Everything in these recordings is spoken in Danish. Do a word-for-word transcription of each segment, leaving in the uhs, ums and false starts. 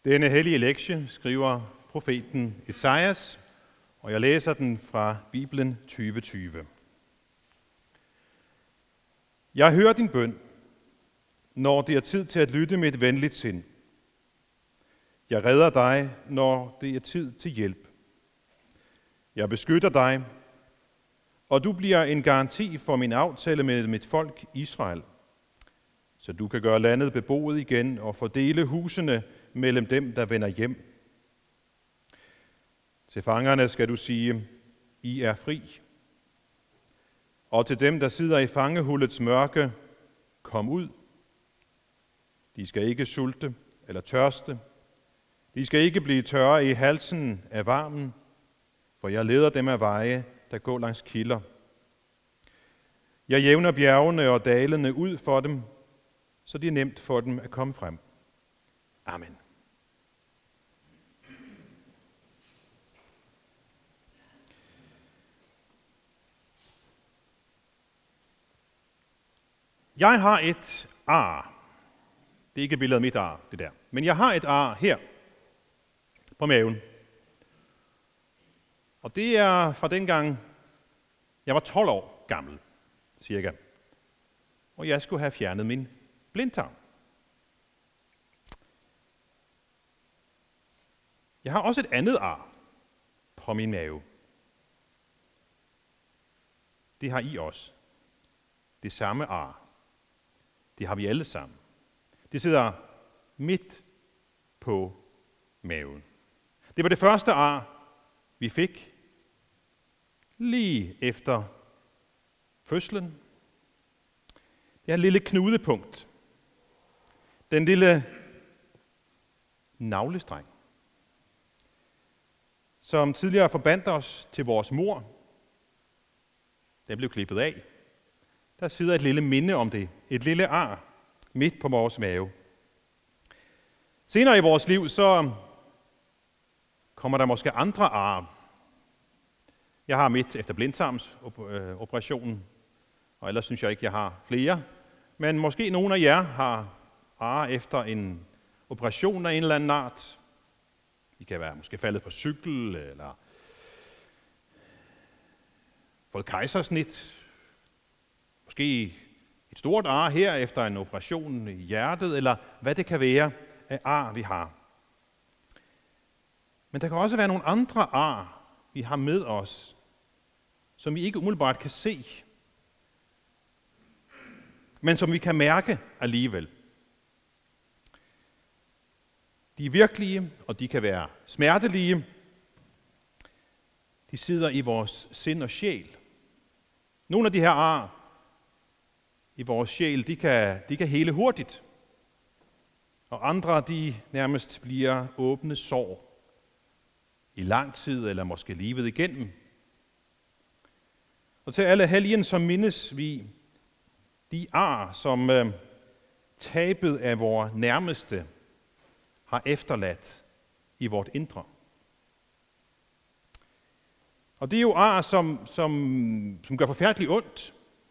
Denne hellige lektie skriver profeten Esajas, og jeg læser den fra Bibelen tyve tyve. Jeg hører din bøn, når det er tid til at lytte med et venligt sind. Jeg redder dig, når det er tid til hjælp. Jeg beskytter dig, og du bliver en garanti for min aftale med mit folk Israel, så du kan gøre landet beboet igen og fordele husene mellem dem, der vender hjem. Til fangerne skal du sige, I er fri. Og til dem, der sidder i fangehullets mørke, kom ud. De skal ikke sulte eller tørste. De skal ikke blive tørre i halsen af varmen, for jeg leder dem af veje, der går langs kilder. Jeg jævner bjergene og dalene ud for dem, så det er nemt for dem at komme frem. Amen. Jeg har et ar. Det er ikke et billede af mit ar, det der. Men jeg har et ar her på maven. Og det er fra dengang, jeg var tolv år gammel, cirka. Og jeg skulle have fjernet min blindtarm. Jeg har også et andet ar på min mave. Det har I også. Det samme ar. Det har vi alle sammen. Det sidder midt på maven. Det var det første ar, vi fik lige efter fødslen. Det er et lille knudepunkt. Den lille navlestreng, som tidligere forbandt os til vores mor. Den blev klippet af. Der sidder et lille minde om det. Et lille ar midt på vores mave. Senere i vores liv, så kommer der måske andre ar. Jeg har mit efter blindtarmsoperationen, og ellers synes jeg ikke, jeg har flere. Men måske nogle af jer har ar efter en operation af en eller anden art. I kan være måske faldet på cykel, eller fået kejsersnit. Måske et stort ar her efter en operation i hjertet, eller hvad det kan være af ar, vi har. Men der kan også være nogle andre ar, vi har med os, som vi ikke umiddelbart kan se, men som vi kan mærke alligevel. De er virkelige, og de kan være smertelige. De sidder i vores sind og sjæl. Nogle af de her ar i vores sjæl, de kan, de kan hele hurtigt. Og andre, de nærmest bliver åbne sår i lang tid, eller måske livet igennem. Og til alle helgen, så mindes vi de ar, som øh, tabet af vores nærmeste har efterladt i vort indre. Og det er jo ar, som, som, som gør forfærdeligt ondt,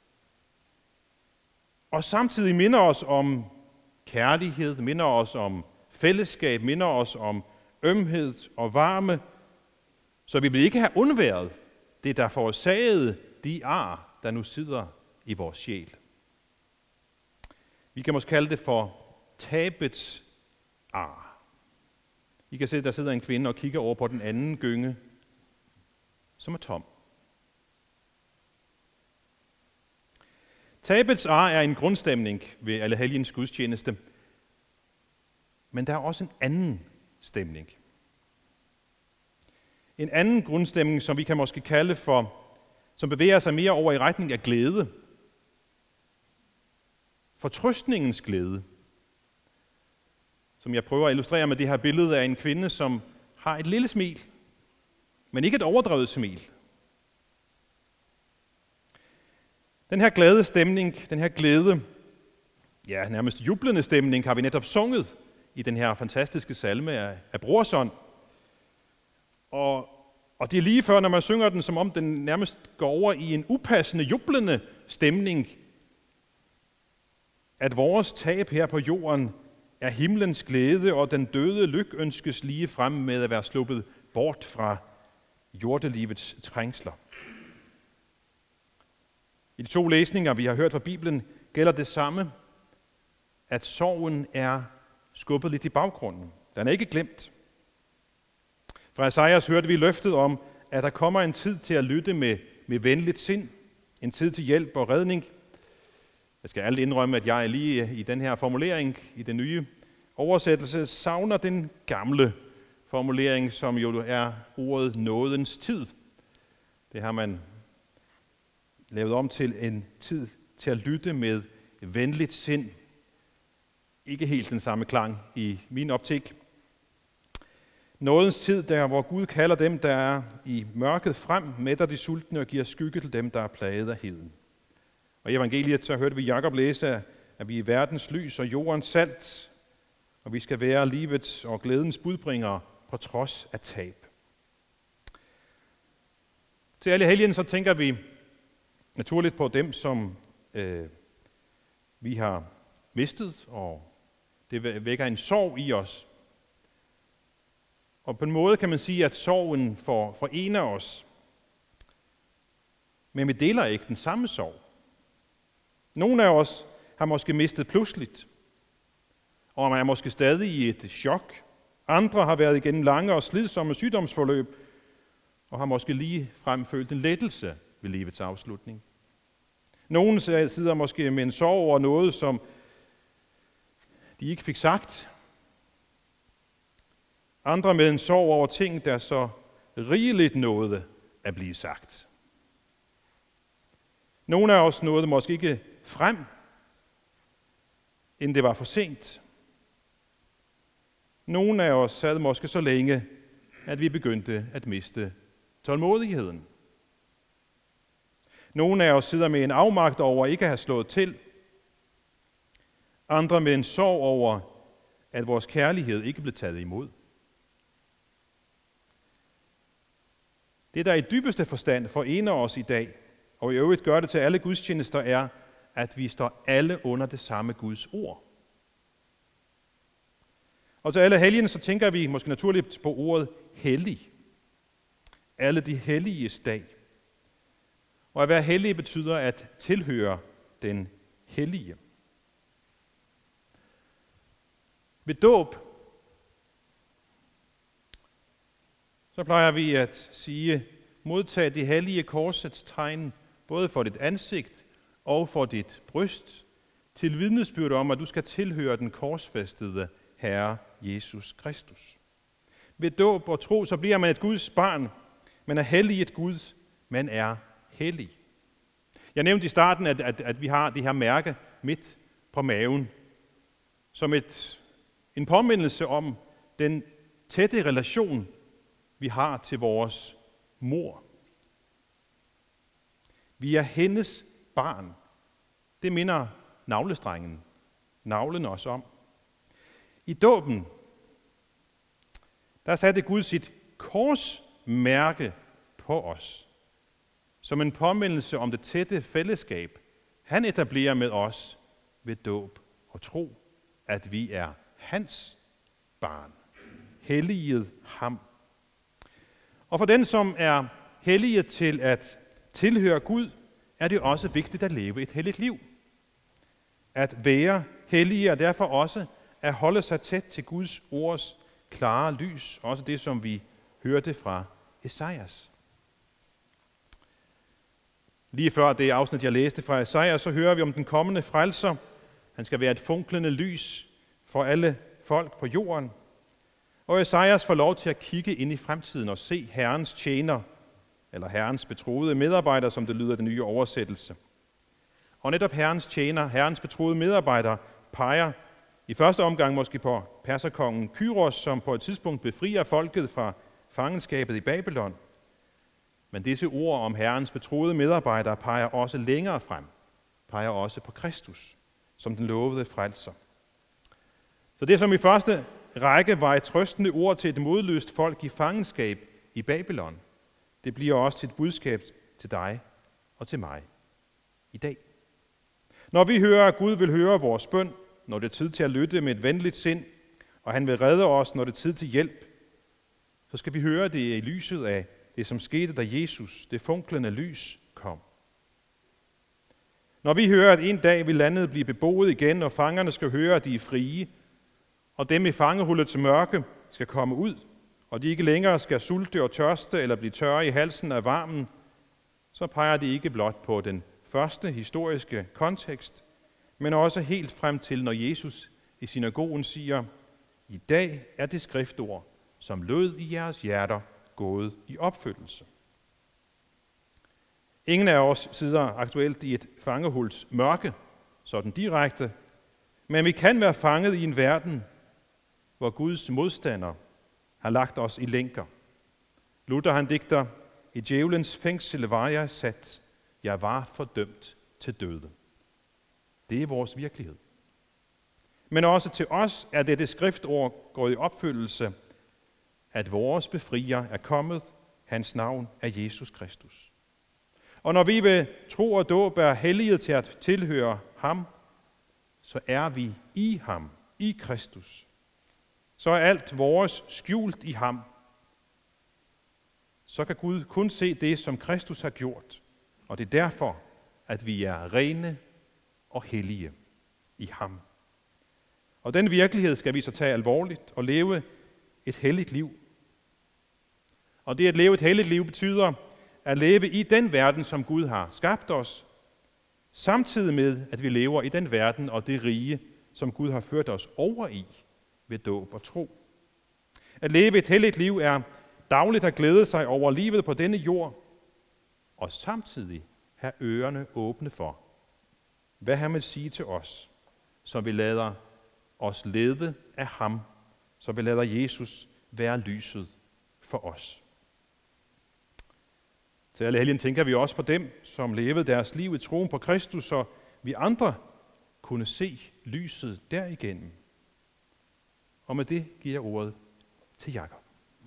og samtidig minder os om kærlighed, minder os om fællesskab, minder os om ømhed og varme, så vi vil ikke have undværet det, der forårsagede de ar, der nu sidder i vores sjæl. Vi kan måske kalde det for tabets ar. I kan se, der sidder en kvinde og kigger over på den anden gynge, som er tom. Tabets ar er en grundstemning ved Allehelgens gudstjeneste, men der er også en anden stemning. En anden grundstemning, som vi kan måske kalde for, som bevæger sig mere over i retning af glæde. Fortrøstningens glæde, som jeg prøver at illustrere med det her billede af en kvinde, som har et lille smil, men ikke et overdrevet smil. Den her glade stemning, den her glæde, ja, nærmest jublende stemning, har vi netop sunget i den her fantastiske salme af, af Brorsånd. Og, og det er lige før, når man synger den, som om den nærmest går over i en upassende, jublende stemning, at vores tab her på jorden er himlens glæde, og den døde lykønskes lige frem med at være sluppet bort fra jordelivets trængsler. I de to læsninger, vi har hørt fra Bibelen, gælder det samme, at sorgen er skubbet lidt i baggrunden. Den er ikke glemt. Fra Esajas hørte vi løftet om, at der kommer en tid til at lytte med, med venligt sind, en tid til hjælp og redning. Jeg skal alt indrømme, at jeg lige i den her formulering, i den nye oversættelse, savner den gamle formulering, som jo er ordet nådens tid. Det har man lavet om til en tid til at lytte med venligt sind. Ikke helt den samme klang i min optik. Nådens tid, der hvor Gud kalder dem, der er i mørket frem, mætter de sultne og giver skygge til dem, der er plaget af heden. Og i evangeliet så hørte vi Jakob læse, at vi er verdens lys og jordens salt, og vi skal være livets og glædens budbringere på trods af tab. Til alle helgen så tænker vi naturligt på dem, som øh, vi har mistet, og det vækker en sorg i os. Og på en måde kan man sige, at sorgen for, forener os, men vi deler ikke den samme sorg. Nogle af os har måske mistet pludseligt, og man er måske stadig i et chok. Andre har været igennem lange og slidsomme sygdomsforløb, og har måske lige frem følt en lettelse ved livets afslutning. Nogle sidder måske med en sorg over noget, som de ikke fik sagt. Andre med en sorg over ting, der så rigeligt nåede at blive sagt. Nogle af os nåede måske ikke frem, inden det var for sent. Nogle af os sad måske så længe, at vi begyndte at miste tålmodigheden. Nogle af os sidder med en afmagt over ikke at have slået til. Andre med en sorg over, at vores kærlighed ikke blev taget imod. Det, der i dybeste forstand forener os i dag, og i øvrigt gør det til alle gudstjenester, er, at vi står alle under det samme Guds ord. Og til alle helgen, så tænker vi måske naturligt på ordet hellig. Alle de helliges dag. Og at være hellig betyder at tilhøre den hellige. Ved dåb, så plejer vi at sige, modtag det hellige korsets tegn, både for dit ansigt og for dit bryst, til vidnesbyrd om, at du skal tilhøre den korsfæstede Herre Jesus Kristus. Ved dåb og tro, så bliver man et Guds barn. Man er hellig et Gud, man er hellig. Jeg nævnte i starten, at, at, at vi har det her mærke midt på maven, som et, en påmindelse om den tætte relation, vi har til vores mor. Vi er hendes barn. Det minder navlestrengen, navlen os om. I dåben, der satte Gud sit korsmærke på os, som en påmindelse om det tætte fællesskab, han etablerer med os ved dåb og tro, at vi er hans barn. Helliget ham. Og for den, som er hellige til at tilhøre Gud, er det også vigtigt at leve et helligt liv. At være hellige er derfor også at holde sig tæt til Guds ords klare lys, også det, som vi hørte fra Esajas. Lige før det afsnit, jeg læste fra Esajas, så hører vi om den kommende frelser. Han skal være et funklende lys for alle folk på jorden. Og Esajas får lov til at kigge ind i fremtiden og se Herrens tjener, eller Herrens betroede medarbejder, som det lyder i den nye oversættelse. Og netop Herrens tjener, Herrens betroede medarbejder, peger i første omgang måske på perserkongen Kyros, som på et tidspunkt befrier folket fra fangenskabet i Babylon. Men disse ord om Herrens betroede medarbejdere peger også længere frem, peger også på Kristus, som den lovede frelser. Så det, som i første række var et trøstende ord til et modløst folk i fangenskab i Babylon, det bliver også til et budskab til dig og til mig i dag. Når vi hører, at Gud vil høre vores bøn, når det er tid til at lytte med et venligt sind, og han vil redde os, når det er tid til hjælp, så skal vi høre det i lyset af det, som skete, da Jesus, det funklende lys, kom. Når vi hører, at en dag vil landet blive beboet igen, og fangerne skal høre, at de er frie, og dem i fangehullets mørke skal komme ud, og de ikke længere skal sulte og tørste eller blive tørre i halsen af varmen, så peger det ikke blot på den første historiske kontekst, men også helt frem til, når Jesus i synagogen siger, i dag er det skriftord, som lød i jeres hjerter, gået i opfyldelse. Ingen af os sidder aktuelt i et fangehuls mørke, sådan direkte, men vi kan være fanget i en verden, hvor Guds modstander har lagt os i lænker. Luther han digter, i djævelens fængsel var jeg sat, jeg var fordømt til døde. Det er vores virkelighed. Men også til os er dette skriftord gået i opfyldelse, at vores befrier er kommet, hans navn er Jesus Kristus. Og når vi ved tro og dåb er helliget til at tilhøre ham, så er vi i ham, i Kristus. Så er alt vores skjult i ham. Så kan Gud kun se det, som Kristus har gjort. Og det er derfor, at vi er rene og hellige i ham. Og den virkelighed skal vi så tage alvorligt og leve et helligt liv. Og det at leve et helligt liv betyder at leve i den verden, som Gud har skabt os, samtidig med, at vi lever i den verden og det rige, som Gud har ført os over i ved dåb og tro. At leve et helligt liv er dagligt at glæde sig over livet på denne jord, og samtidig have ørerne åbne for, hvad han vil sige til os, så vi lader os lede af ham, så vi lader Jesus være lyset for os. Til alle helgen tænker vi også på dem, som levede deres liv i troen på Kristus, så vi andre kunne se lyset derigennem. Og med det giver jeg ordet til Jakob.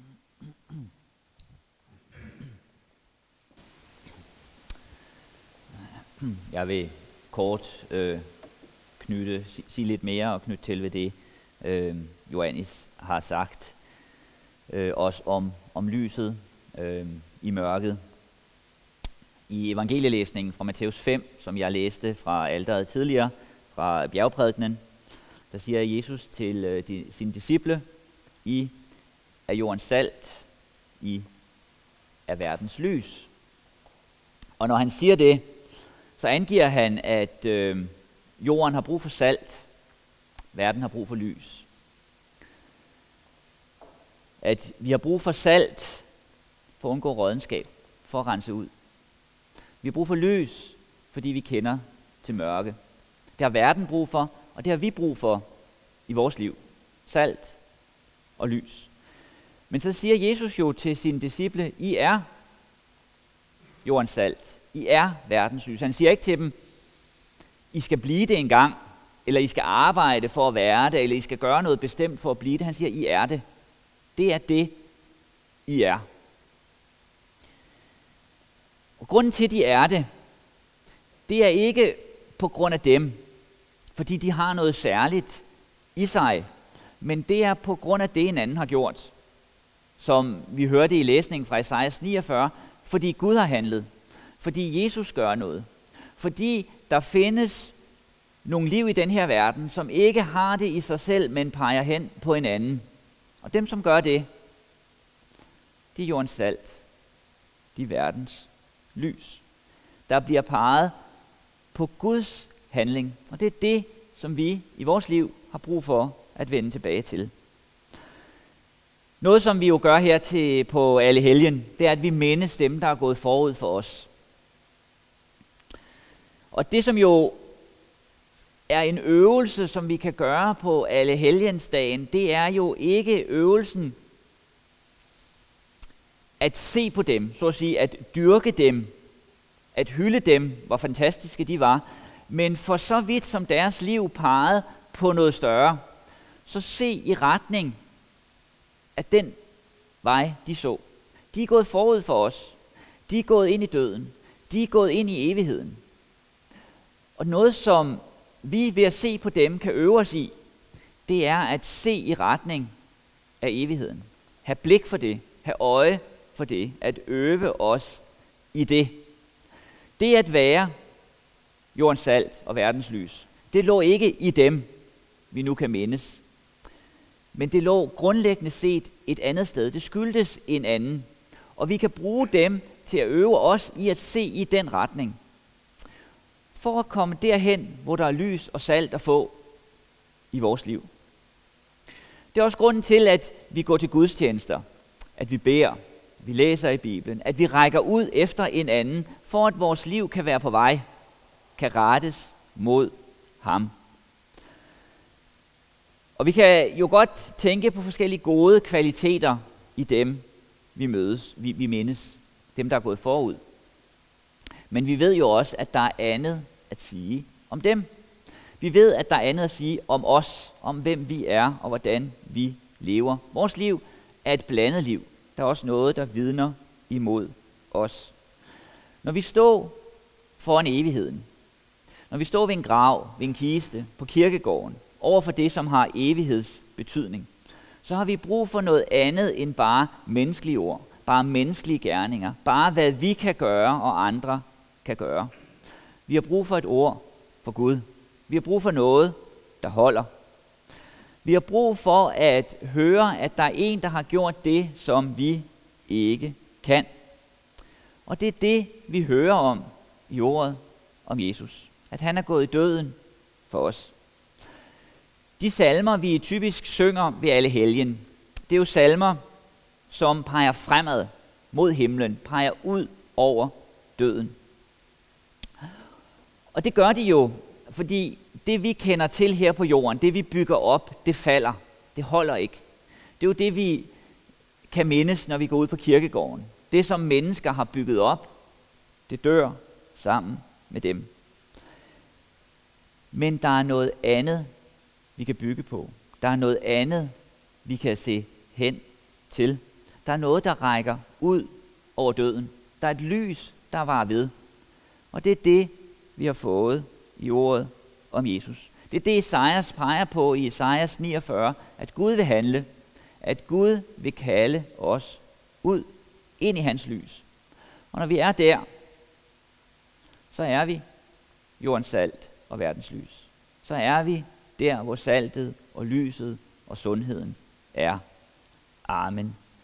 Jeg vil kort øh, knytte, sige lidt mere og knytte til ved det, øh, Johannes har sagt, øh, også om, om lyset øh, i mørket. I evangelielæsningen fra Matthæus fem, som jeg læste fra alteret tidligere, fra bjergprædikenen, der siger Jesus til øh, de, sine disciple, I er jordens salt, I er verdens lys. Og når han siger det, så angiver han, at øh, jorden har brug for salt, verden har brug for lys. At vi har brug for salt for at undgå rådenskab, for at rense ud. Vi har brug for lys, fordi vi kender til mørke. Det har verden brug for, og det har vi brug for i vores liv. Salt og lys. Men så siger Jesus jo til sine disciple, I er jordens salt. I er verdens lys. Han siger ikke til dem, I skal blive det engang, eller I skal arbejde for at være det, eller I skal gøre noget bestemt for at blive det. Han siger, I er det. Det er det, I er. Og grunden til, at de er det, det er ikke på grund af dem, fordi de har noget særligt i sig, men det er på grund af det, en anden har gjort. Som vi hørte i læsningen fra Esajas niogfyrre, fordi Gud har handlet, fordi Jesus gør noget, fordi der findes nogle liv i den her verden, som ikke har det i sig selv, men peger hen på en anden. Og dem, som gør det, de er jordens salt, de er verdens lys. Der bliver peget på Guds handling, og det er det, som vi i vores liv har brug for at vende tilbage til. Noget, som vi jo gør her til på Allehelgen, det er, at vi mindes dem, der er gået forud for os. Og det, som jo er en øvelse, som vi kan gøre på Allehelgensdagen, det er jo ikke øvelsen at se på dem, så at sige, at dyrke dem, at hylde dem, hvor fantastiske de var, men for så vidt som deres liv pegede på noget større, så se i retning af den vej, de så. De er gået forud for os. De er gået ind i døden. De er gået ind i evigheden. Og noget, som vi ved at se på dem kan øve os i, det er at se i retning af evigheden. Ha' blik for det, have øje for det, at øve os i det. Det at være jordens salt og verdens lys, det lå ikke i dem, vi nu kan mindes. Men det lå grundlæggende set et andet sted. Det skyldtes en anden. Og vi kan bruge dem til at øve os i at se i den retning. For at komme derhen, hvor der er lys og salt at få i vores liv. Det er også grunden til, at vi går til gudstjenester, at vi beder, vi læser i Bibelen, at vi rækker ud efter en anden, for at vores liv kan være på vej, kan rettes mod ham. Og vi kan jo godt tænke på forskellige gode kvaliteter i dem, vi mødes, vi, vi mindes, dem der er gået forud. Men vi ved jo også, at der er andet at sige om dem. Vi ved, at der er andet at sige om os, om hvem vi er og hvordan vi lever. Vores liv er et blandet liv. Der er også noget, der vidner imod os. Når vi står foran evigheden, når vi står ved en grav, ved en kiste, på kirkegården, over for det, som har evighedsbetydning, så har vi brug for noget andet end bare menneskelige ord, bare menneskelige gerninger, bare hvad vi kan gøre og andre kan gøre. Vi har brug for et ord for Gud. Vi har brug for noget, der holder. Vi har brug for at høre, at der er en, der har gjort det, som vi ikke kan. Og det er det, vi hører om i ordet om Jesus. At han er gået i døden for os. De salmer, vi typisk synger ved alle helgen, det er jo salmer, som peger fremad mod himlen, peger ud over døden. Og det gør de jo, fordi det vi kender til her på jorden, det vi bygger op, det falder. Det holder ikke. Det er jo det, vi kan mindes, når vi går ud på kirkegården. Det, som mennesker har bygget op, det dør sammen med dem. Men der er noget andet, vi kan bygge på. Der er noget andet, vi kan se hen til. Der er noget, der rækker ud over døden. Der er et lys, der varer ved. Og det er det, vi har fået i ordet om Jesus. Det er det, Esajas peger på i Esajas niogfyrre, at Gud vil handle, at Gud vil kalde os ud ind i hans lys. Og når vi er der, så er vi jordens salt og verdens lys. Så er vi der, hvor saltet og lyset og sundheden er. Amen.